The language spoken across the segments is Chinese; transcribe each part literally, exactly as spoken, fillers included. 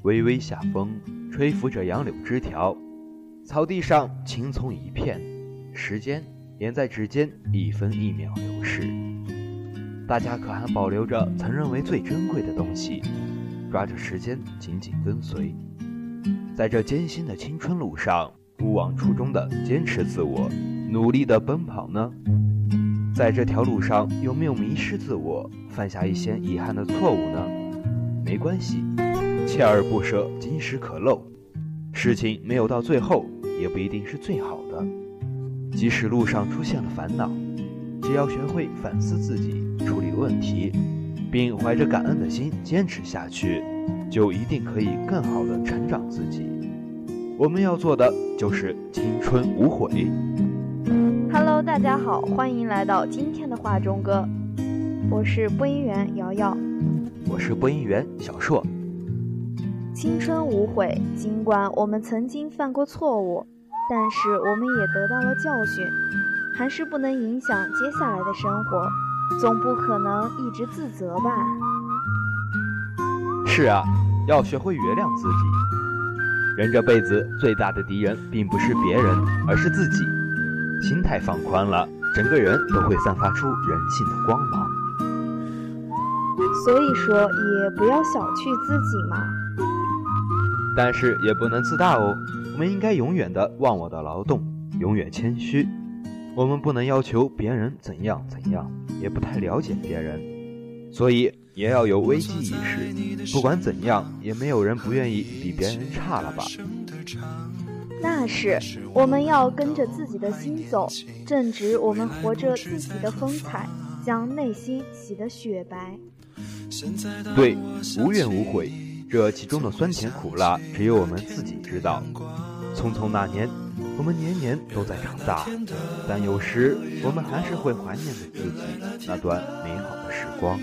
微微下风，吹拂着杨柳枝条，草地上青葱一片，时间也在指尖一分一秒流逝。大家可还保留着曾认为最珍贵的东西，抓着时间紧紧跟随，在这艰辛的青春路上，不忘初衷的坚持自我，努力的奔跑呢？在这条路上有没有迷失自我，犯下一些遗憾的错误呢？没关系，锲而不舍，金石可镂。事情没有到最后，也不一定是最好的。即使路上出现了烦恼，只要学会反思自己，处理问题，并怀着感恩的心坚持下去，就一定可以更好的成长自己。我们要做的就是青春无悔。 Hello， 大家好，欢迎来到今天的画中歌，我是播音员瑶瑶， 我是播音员小硕。 青春无悔，尽管我们曾经犯过错误，但是我们也得到了教训，还是不能影响接下来的生活，总不可能一直自责吧。 是啊，要学会原谅自己。人这辈子最大的敌人并不是别人，而是自己。心态放宽了，整个人都会散发出人性的光芒。 所以说也不要小觑自己嘛。 但是也不能自大哦，我们应该永远的忘我的劳动，永远谦虚。我们不能要求别人怎样怎样，也不太了解别人，所以也要有危机意识。不管怎样，也没有人不愿意比别人差了吧。 那是，我们要跟着自己的心走，正直我们活着自己的风采，将内心洗得雪白。 对，无怨无悔，这其中的酸甜苦辣只有我们自己知道。匆匆那年，我们年年都在长大，但有时我们还是会怀念着自己那段美好的时光。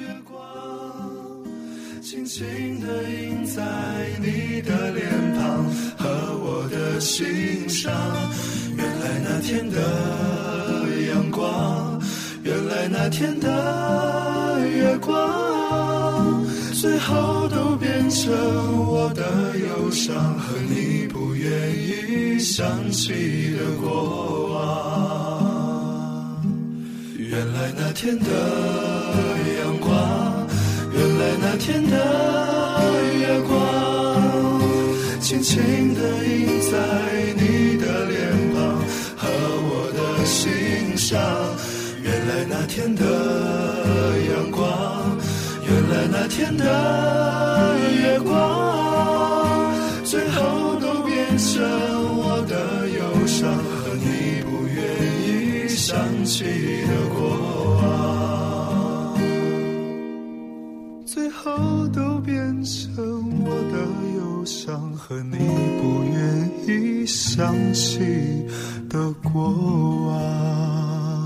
轻轻地印在你的脸庞和我的心上，原来那天的阳光，原来那天的月光，最后都变成我的忧伤和你不愿意想起的过往。原来那天的阳光，原来那天的月光，轻轻地印在你的脸庞和我的心上。原来那天的阳光，原来那天的月光，最后都变成我的忧伤和你不愿意想起的过往，最后都变成我的忧伤和你不愿意想起的过往。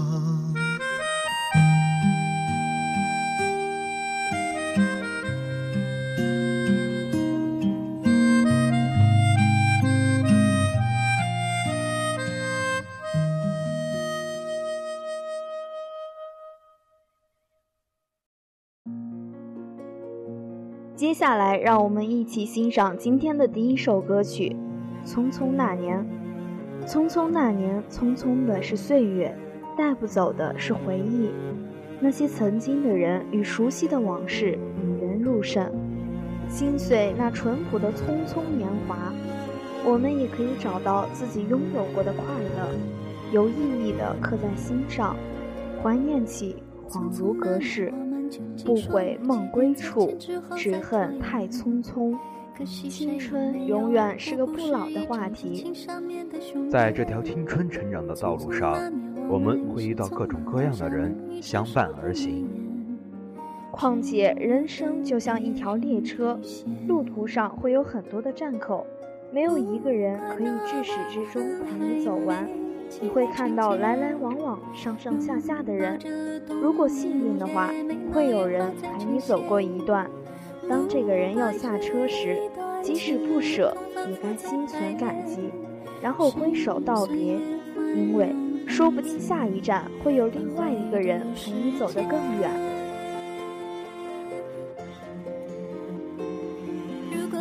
接下来让我们一起欣赏今天的第一首歌曲《匆匆那年》。匆匆那年，匆匆的是岁月，带不走的是回忆，那些曾经的人与熟悉的往事引人入胜，心碎那淳朴的匆匆年华。我们也可以找到自己拥有过的快乐，有意义的刻在心上，怀念起恍如隔世，不悔梦归处，只恨太匆匆。青春永远是个不老的话题。 在这条青春成长的道路上，我们会遇到各种各样的人相伴而行。 况且人生就像一条列车，路途上会有很多的站口，没有一个人可以至始至终陪你走完。你会看到来来往往上上下下的人，如果幸运的话，会有人陪你走过一段。当这个人要下车时，即使不舍，也该心存感激，然后挥手道别，因为说不定下一站会有另外一个人陪你走得更远。 如果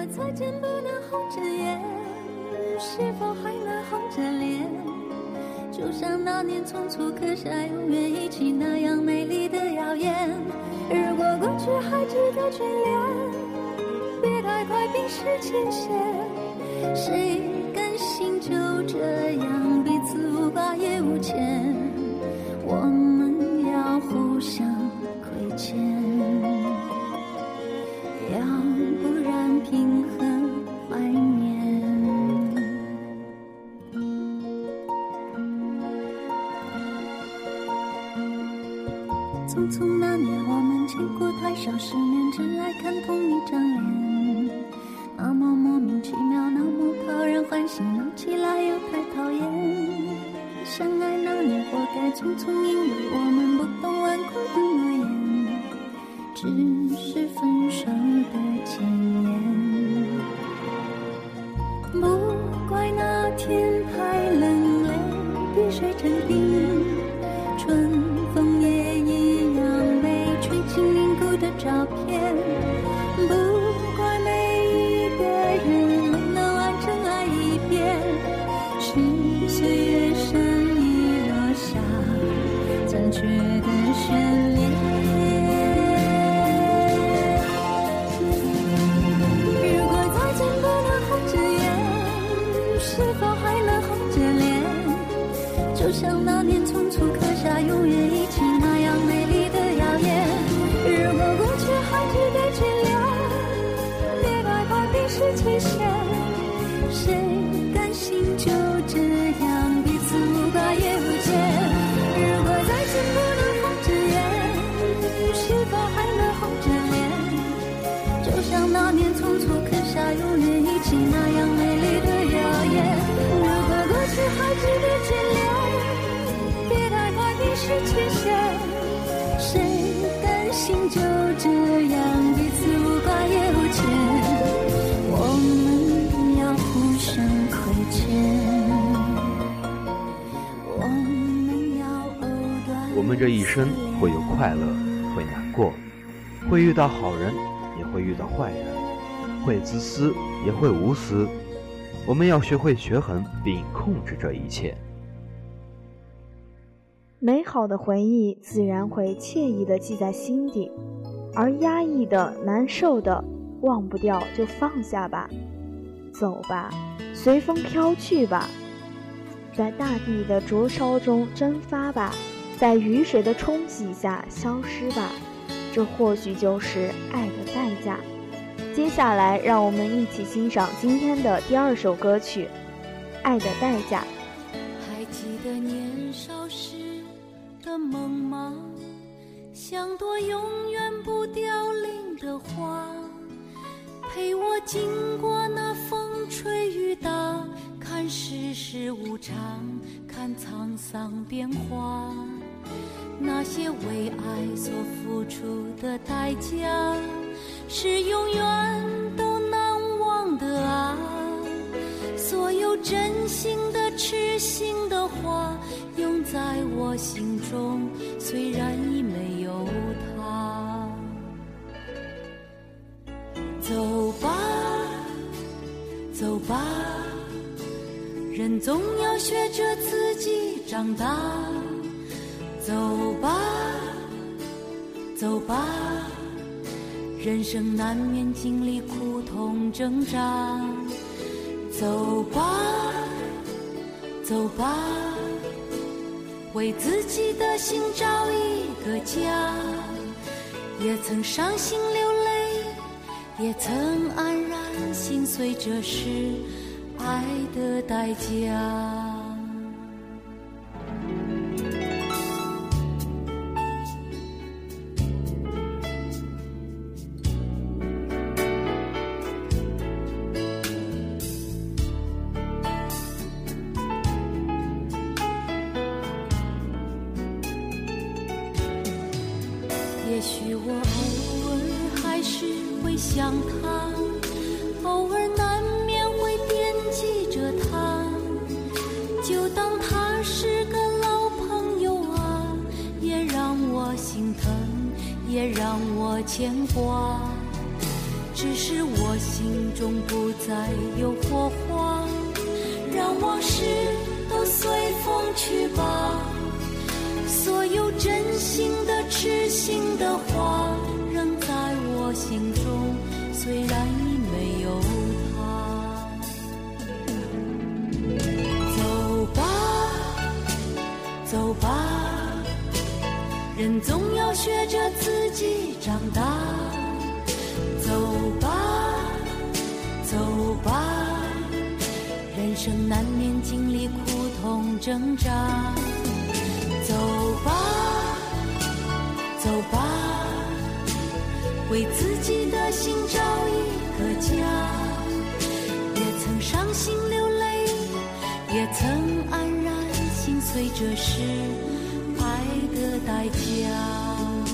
再见不能红着眼，是否还能红着脸？就像那年匆促刻下永远一起那样美丽的谣言。如果过去还值得眷恋，别太快冰释前嫌。谁甘心就这样彼此无挂也无牵？我们要互相亏欠，要不然凭何怀念？匆匆那年我们见过太少世面，只爱看同一张脸，那么莫名其妙，那么讨人欢喜，闹起来又太讨厌。相爱那年活该匆匆，因为我们不懂顽固的诺言，只是分手的前言。不怪那天太冷泪滴水成冰，春风也一样被吹进凝固的照片。不怪每一个人没能完整爱一遍，是岁月善意落下残缺的眷恋。如果再见不能红着眼，是否还能红着脸？就像那年匆促刻下永远一起那样美丽的谣言。如果过去还值得眷恋，别太快冰释前嫌。谁甘心就这样彼此无挂也无牵？如果再见不能红着眼，是否还能红着脸？就像那年匆促刻下永远一起那样美丽的谣言。如果过去还值得眷恋，别太快冰释前嫌。谁甘心就这样彼此无挂也无牵？我们要互相亏欠，我们要藕断。 我们这一生会有快乐，会难过，会遇到好人，也会遇到坏人，会自私，也会无私。我们要学会权衡并控制这一切。 美好的回忆自然会惬意地记在心底，而压抑的、难受的，忘不掉就放下吧，走吧，随风飘去吧，在大地的灼烧中蒸发吧，在雨水的冲洗下消失吧，这或许就是爱的代价。接下来让我们一起欣赏今天的第二首歌曲《爱的代价》。 还记得年少时的梦吗？像朵永远不凋零的花，陪我经过那风吹雨打，看世事无常，看沧桑变化。那些为爱所付出的代价，是永远都难忘的啊！所有真心的、痴心的话，永在我心中，虽然已没有他。走吧，走吧，人总要学着自己长大。走吧，走吧，人生难免经历苦痛挣扎。走吧，走吧，为自己的心找一个家。也曾伤心流泪，也曾黯然心碎，这是爱的代价。也许我偶尔还是会想他，偶尔难免会惦记着他，就当他是个老朋友啊，也让我心疼，也让我牵挂。 只是我心中不再有火花，让往事都随风去吧。所有真心的痴心的话仍在我心中，虽然已没有他。走吧走吧，人总要学着自己长大。走吧走吧，人生难免经历苦痛挣扎。走吧走吧，为自己的心找一个家。也曾伤心流泪，也曾安然心碎，这是爱的代价。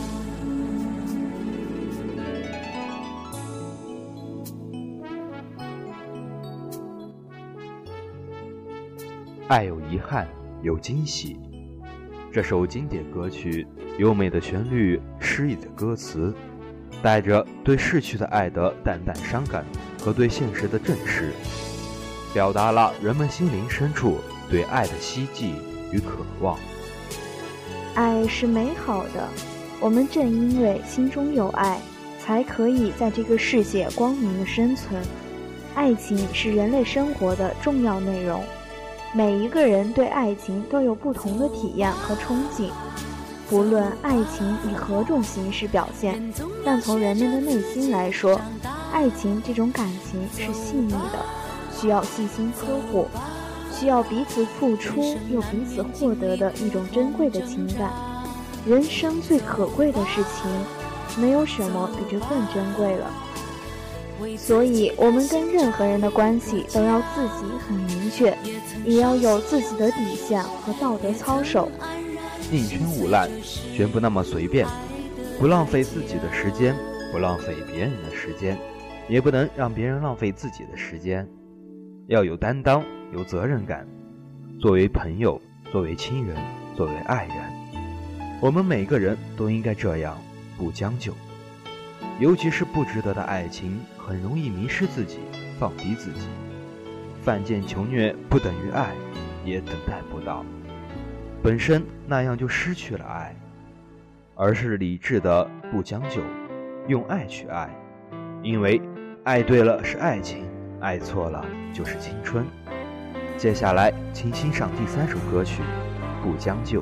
爱有遗憾，有惊喜。这首经典歌曲，优美的旋律，诗意的歌词，带着对逝去的爱的淡淡伤感和对现实的正视，表达了人们心灵深处对爱的希冀与渴望。 爱是美好的，我们正因为心中有爱，才可以在这个世界光明的生存。爱情是人类生活的重要内容，每一个人对爱情都有不同的体验和憧憬，不论爱情以何种形式表现，但从人们的内心来说，爱情这种感情是细腻的，需要细心呵护，需要彼此付出又彼此获得的一种珍贵的情感。人生最可贵的是情，没有什么比这更珍贵了。所以我们跟任何人的关系都要自己很明确，也要有自己的底线和道德操守。 宁缺毋滥，绝不那么随便，不浪费自己的时间，不浪费别人的时间，也不能让别人浪费自己的时间。要有担当，有责任感。作为朋友，作为亲人，作为爱人，我们每个人都应该这样，不将就。尤其是不值得的爱情，很容易迷失自己，放低自己。犯贱求虐不等于爱，也等待不到，本身那样就失去了爱。而是理智的不将就，用爱去爱，因为爱对了是爱情，爱错了就是青春。接下来请欣赏第三首歌曲《不将就》。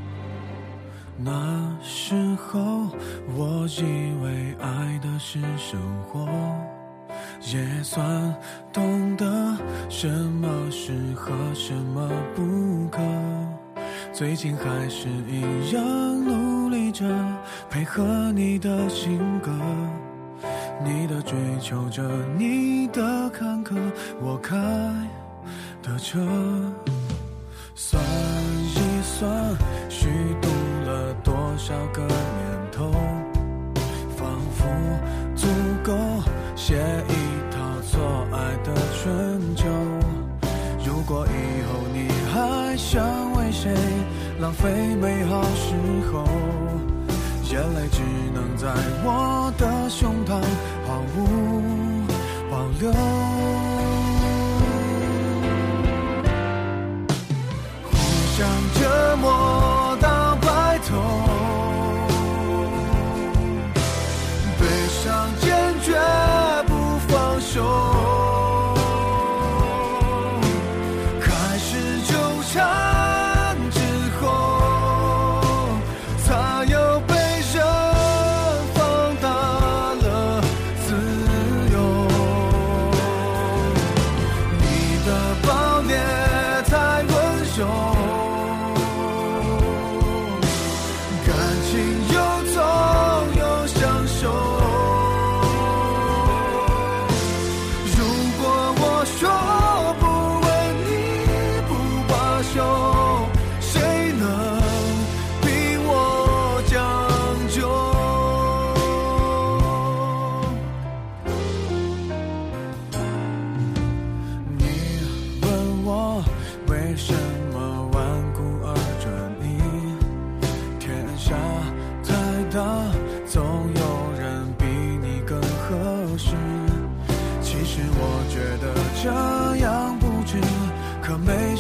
那时候我以为爱的是生活，也算懂得什么适合什么不可，最近还是一样努力着配合你的性格，你的追求着，你的坎坷，我开的车。算一算虚度了多少个年头，仿佛足够写一套错爱的春秋。如果以后你还想为谁浪费美好时候，眼泪只能在我的胸膛毫无保留。互相折磨到白头，悲伤坚决不放手，开始纠缠之后，才有被人放大了自由。你的暴烈太温柔，总有人比你更合适。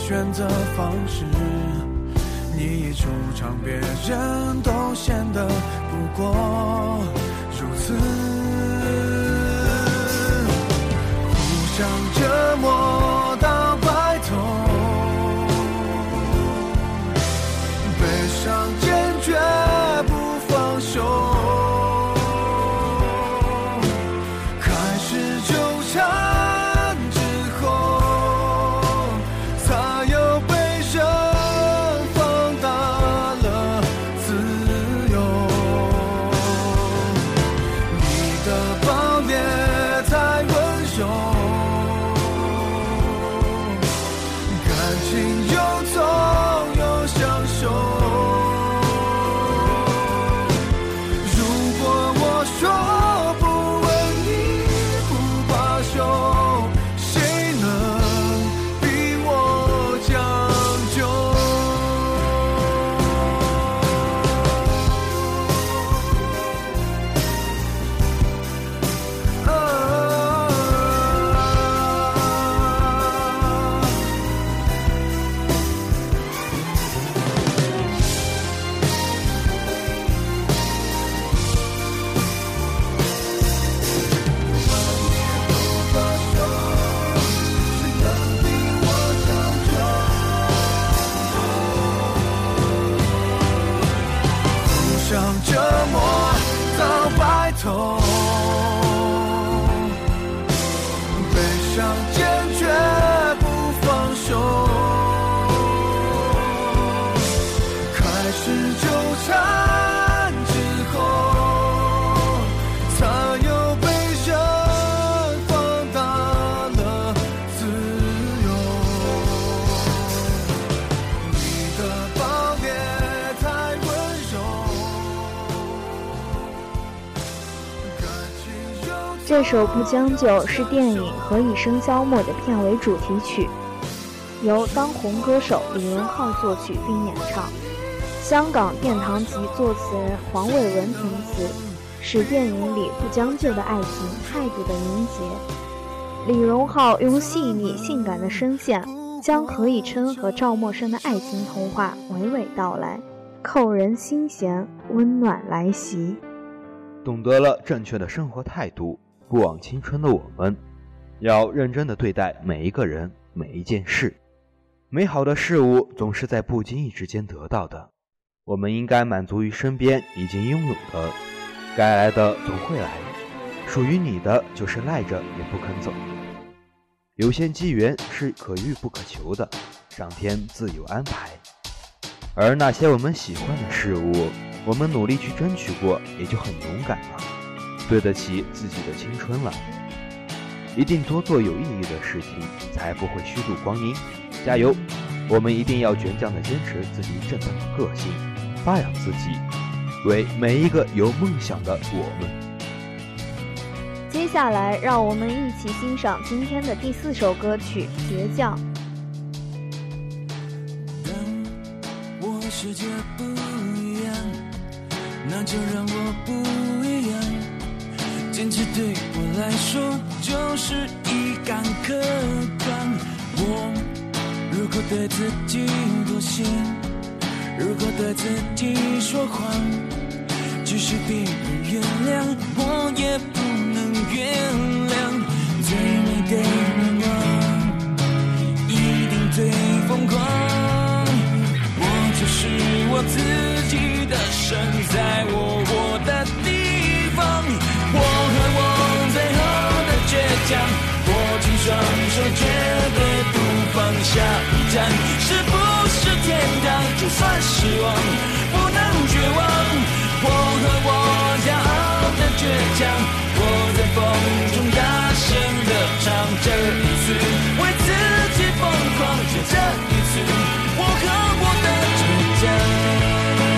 选择方式，你一出场，别人都显得不过如此，互相折磨到白头，悲伤坚决不放手，开始纠缠之后，才有被人放大了自由。你的暴烈太温柔，感情又痛又享受。折磨到白头，悲伤坚决不放手，开始纠缠之后，才有被人放大了自由。你的暴烈太温柔。 这首《不将就》是电影《何以笙箫默》的片尾主题曲，由当红歌手李荣浩作曲并演唱，香港殿堂级作词人黄伟文填词，使电影里不将就的爱情态度的凝结。李荣浩用细腻性感的声线，将何以琛和赵默笙的爱情童话娓娓道来，扣人心弦，温暖来袭。 懂得了正确的生活态度，不枉青春的我们，要认真地对待每一个人每一件事。美好的事物总是在不经意之间得到的，我们应该满足于身边已经拥有的，该来的总会来，属于你的就是赖着也不肯走。有限机缘是可遇不可求的，上天自有安排。而那些我们喜欢的事物，我们努力去争取过，也就很勇敢了，对得起自己的青春了。一定多做有意义的事情，才不会虚度光阴。加油！我们一定要倔强地坚持自己正当的个性，发扬自己，为每一个有梦想的我们。 接下来，让我们一起欣赏今天的第四首歌曲《倔强》。 当我世界不一样，那就让我不一样。坚持对我来说就是一杆客观。我如果对自己妥协，如果对自己说谎，即使别人原谅，我也不能原谅。最美的愿望一定最疯狂，我就是我自己的神，在我活的地方。我和我最后的倔强，握紧双手绝对不放下。一站是不是天堂？就算失望不能绝望。我和我骄傲的倔强，我在风中大声地唱。这一次为自己疯狂，就这一次我和我的倔强。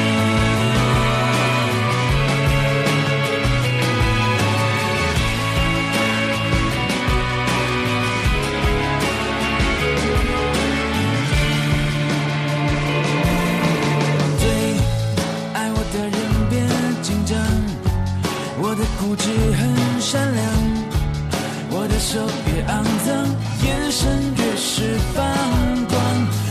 固执很善良，我的手越肮脏，眼神越是放光。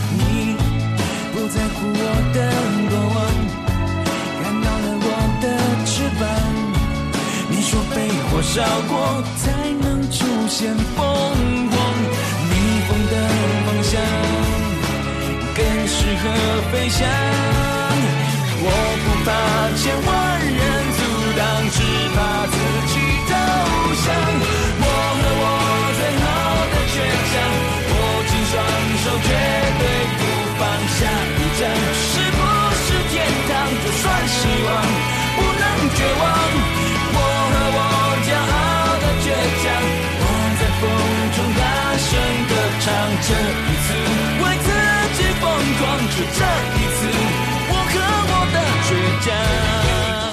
在乎我的过往，看到了我的翅膀。你说被火烧过才能出现凤凰，逆风的方向更适合飞翔。我不怕千万人阻挡，只怕自己投降。我和我最后的倔强，握紧双手绝对不放。下一站是不是天堂？就算失望不能绝望。我和我骄傲的倔强，我在风中大声地唱。这一次为自己疯狂，就这一次我和我的倔强。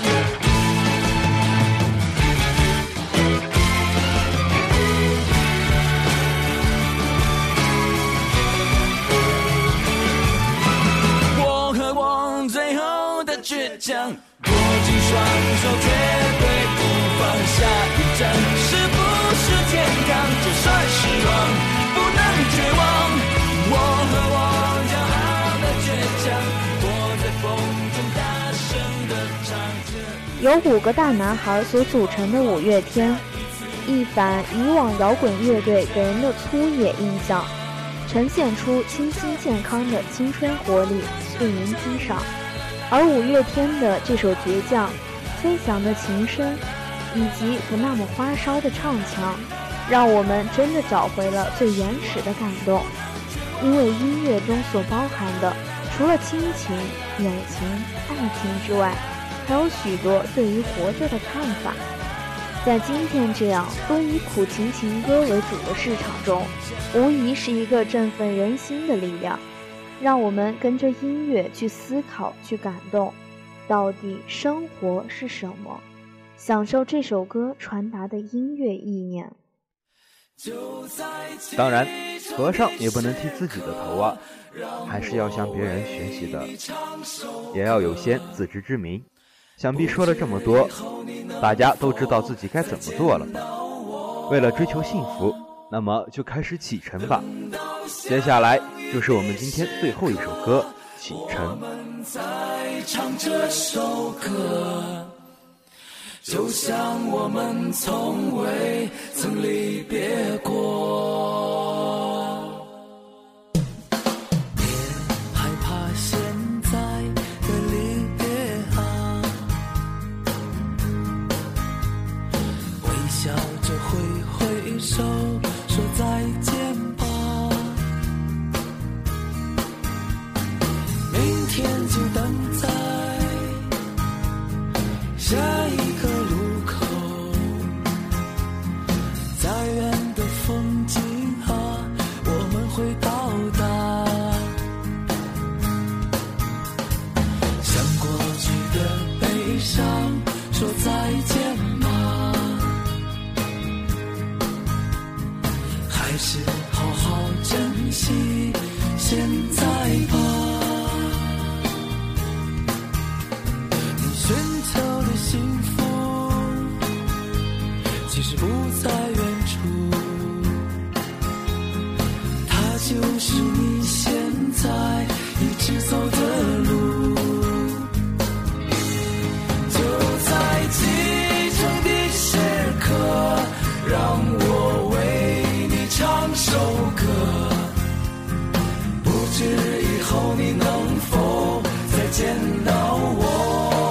我和我最后的倔强，握紧双手绝对不放。下一站是不是天堂？就算失望不能绝望。我和我骄傲的倔强，我在风中大声地唱着。 由五个大男孩所组成的五月天，一反以往摇滚乐队给人的粗野印象，呈现出清新健康的青春活力，令人欣赏。而五月天的这首倔强，飞翔的琴声以及不那么花哨的唱腔，让我们真的找回了最原始的感动。因为音乐中所包含的，除了亲情、友情、爱情之外，还有许多对于活着的看法。在今天这样多以苦情情歌为主的市场中，无疑是一个振奋人心的力量。让我们跟着音乐去思考，去感动，到底生活是什么？享受这首歌传达的音乐意念。 当然，和尚也不能剃自己的头啊，还是要向别人学习的，也要有先自知之明。想必说了这么多，大家都知道自己该怎么做了吧？为了追求幸福，那么就开始启程吧。接下来就是我们今天最后一首歌《启程》。 在唱这首歌，就像我们从未曾离别过。别害怕现在的离别啊，微笑着挥挥手说再见吧。明天就等在下一个路口，再远的风景啊，我们会到达。向过去的悲伤说再见吧，还是好好珍惜现在吧。寻求的幸福其实不在远处，它就是你现在一直走的路。就在启程的时刻，让我为你唱首歌，不知以后你能否再见到我。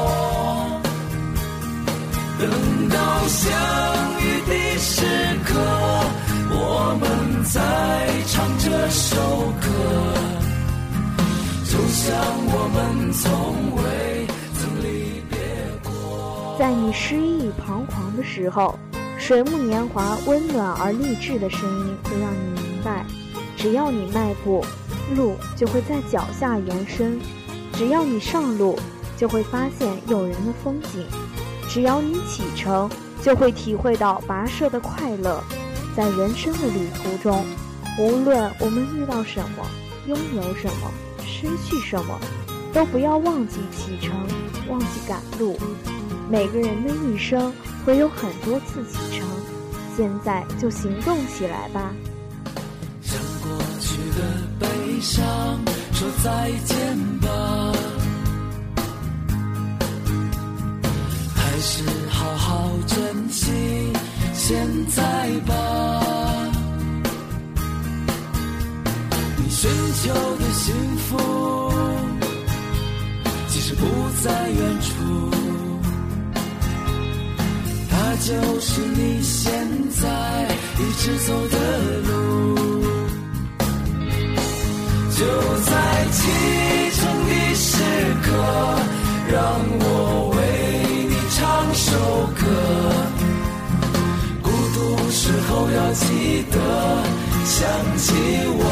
等到相遇的时刻，我们再唱这首歌，就像我们从未曾离别过。 在你失意彷徨的时候，水木年华温暖而励志的声音会让你明白，只要你迈步，路就会在脚下延伸；只要你上路，就会发现诱人的风景；只要你启程，就会体会到跋涉的快乐。在人生的旅途中，无论我们遇到什么，拥有什么，失去什么，都不要忘记启程，忘记赶路。每个人的一生会有很多次启程，现在就行动起来吧。 向过去的悲伤说说再见吧，还是好好珍惜现在吧。你寻求的幸福其实不在远处，它就是你现在一直走的路。就在启程的时刻，让我为你唱首歌，孤独时候要记得想起我，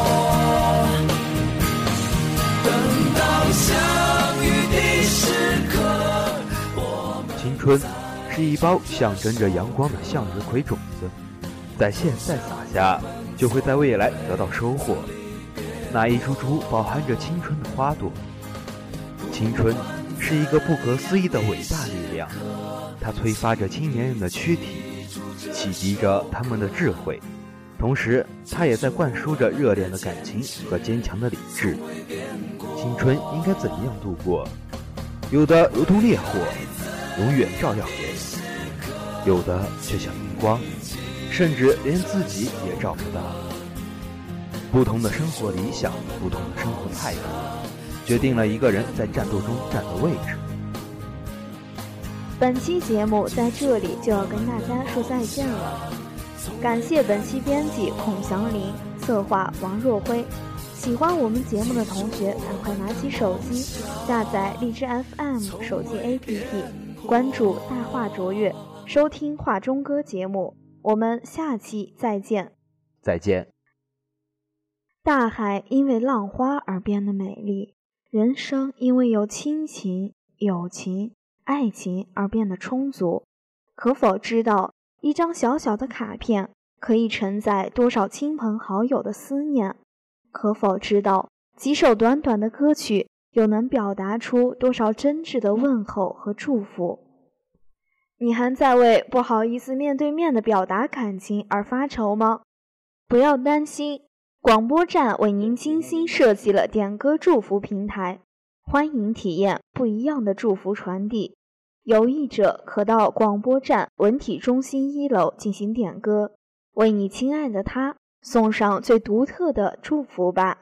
等到相遇的时刻，我们青春是一包象征着阳光的向日葵种子，在现在撒下，就会在未来得到收获。那一株株饱含着青春的花朵。青春是一个不可思议的伟大力量，它催发着青年人的躯体，启迪着他们的智慧，同时它也在灌输着热烈的感情和坚强的理智。青春应该怎样度过？有的如同烈火，永远照亮别人；有的却像荧光，甚至连自己也照不到。不同的生活理想，不同的生活态度，决定了一个人在战斗中站的位置。 本期节目在这里就要跟大家说再见了，感谢本期编辑孔祥林，策划王若辉。喜欢我们节目的同学，赶快拿起手机下载荔枝 F M 手机 A P P， 关注大话卓越，收听话中歌节目。我们下期再见。 再见。 大海因为浪花而变得美丽，人生因为有亲情、友情、爱情而变得充足。可否知道，一张小小的卡片可以承载多少亲朋好友的思念？可否知道，几首短短的歌曲又能表达出多少真挚的问候和祝福？你还在为不好意思面对面的表达感情而发愁吗？不要担心，广播站为您精心设计了点歌祝福平台，欢迎体验不一样的祝福传递。有意者可到广播站文体中心一楼进行点歌，为你亲爱的他送上最独特的祝福吧。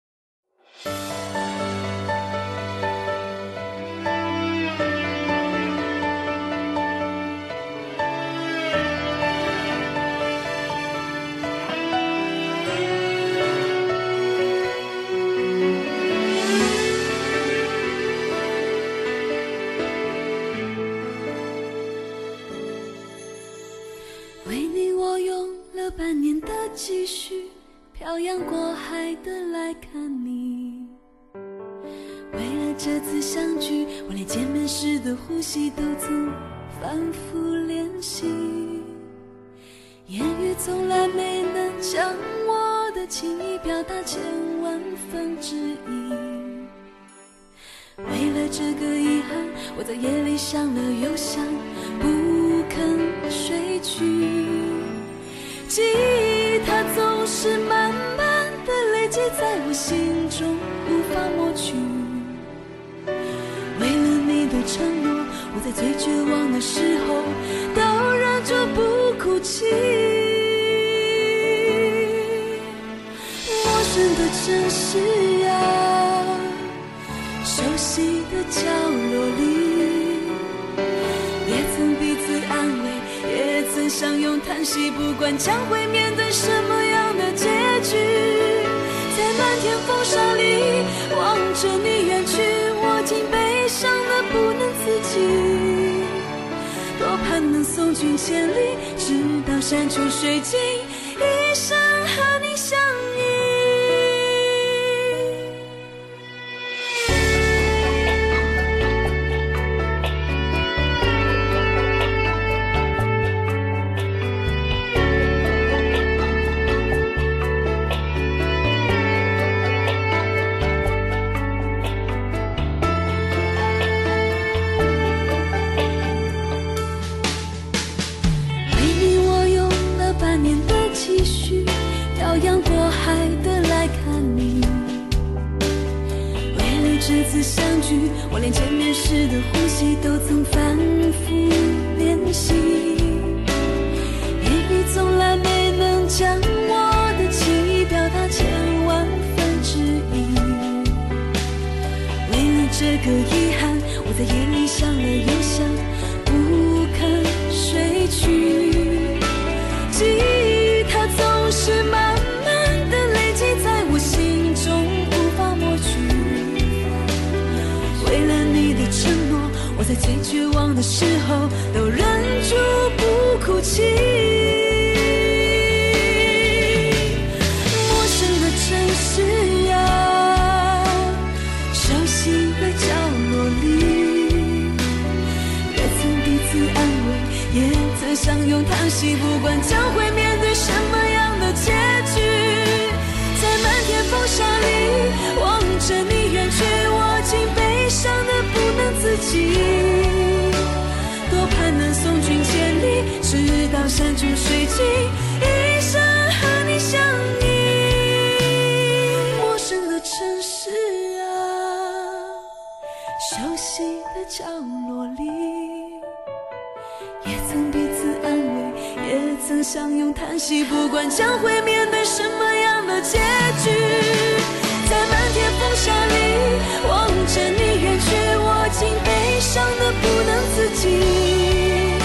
半年的积蓄，漂洋过海的来看你。为了这次相聚，我连见面时的呼吸都曾反复练习。言语从来没能将我的情意表达千万分之一。为了这个遗憾，我在夜里想了又想，不肯睡去。记忆它总是慢慢的累积在我心中，无法抹去。为了你的承诺，我在最绝望的时候都忍住不哭泣。陌生的城市啊，熟悉的角落里，也曾彼此安慰，也曾相拥叹息，不管将会面对什么样的结局。在漫天风沙里望着你远去，我竟悲伤得不能自己。多盼能送君千里，直到山穷水尽，一生和你相依。漂洋过海的来看你， 这次相聚，我连见面时的呼吸都曾反复练习，言语从来没能将我的情意表达千万分之一。为了这个遗憾，我在夜里想了又想，不肯睡去。记忆它总是慢慢的累积在我心中，无法抹去。为了你的承诺，我在最绝望的时候都忍住不哭泣。陌生的城市啊，熟悉的角落里，也曾彼此安慰，也曾相拥叹息，不管将会面对什么样的结局。在漫天风沙里望着你远去，我竟悲伤的不能自己，多盼能送君千里，直到山穷水尽，一生和你相依。陌生的城市啊，熟悉的角落里，也曾彼此安慰，也曾相拥叹息，不管将会面对什么样的结局。在漫天风沙里望着你远去，我竟悲伤的不能自己，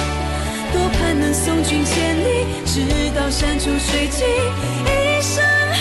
多盼能送君千里，直到山穷水尽，一生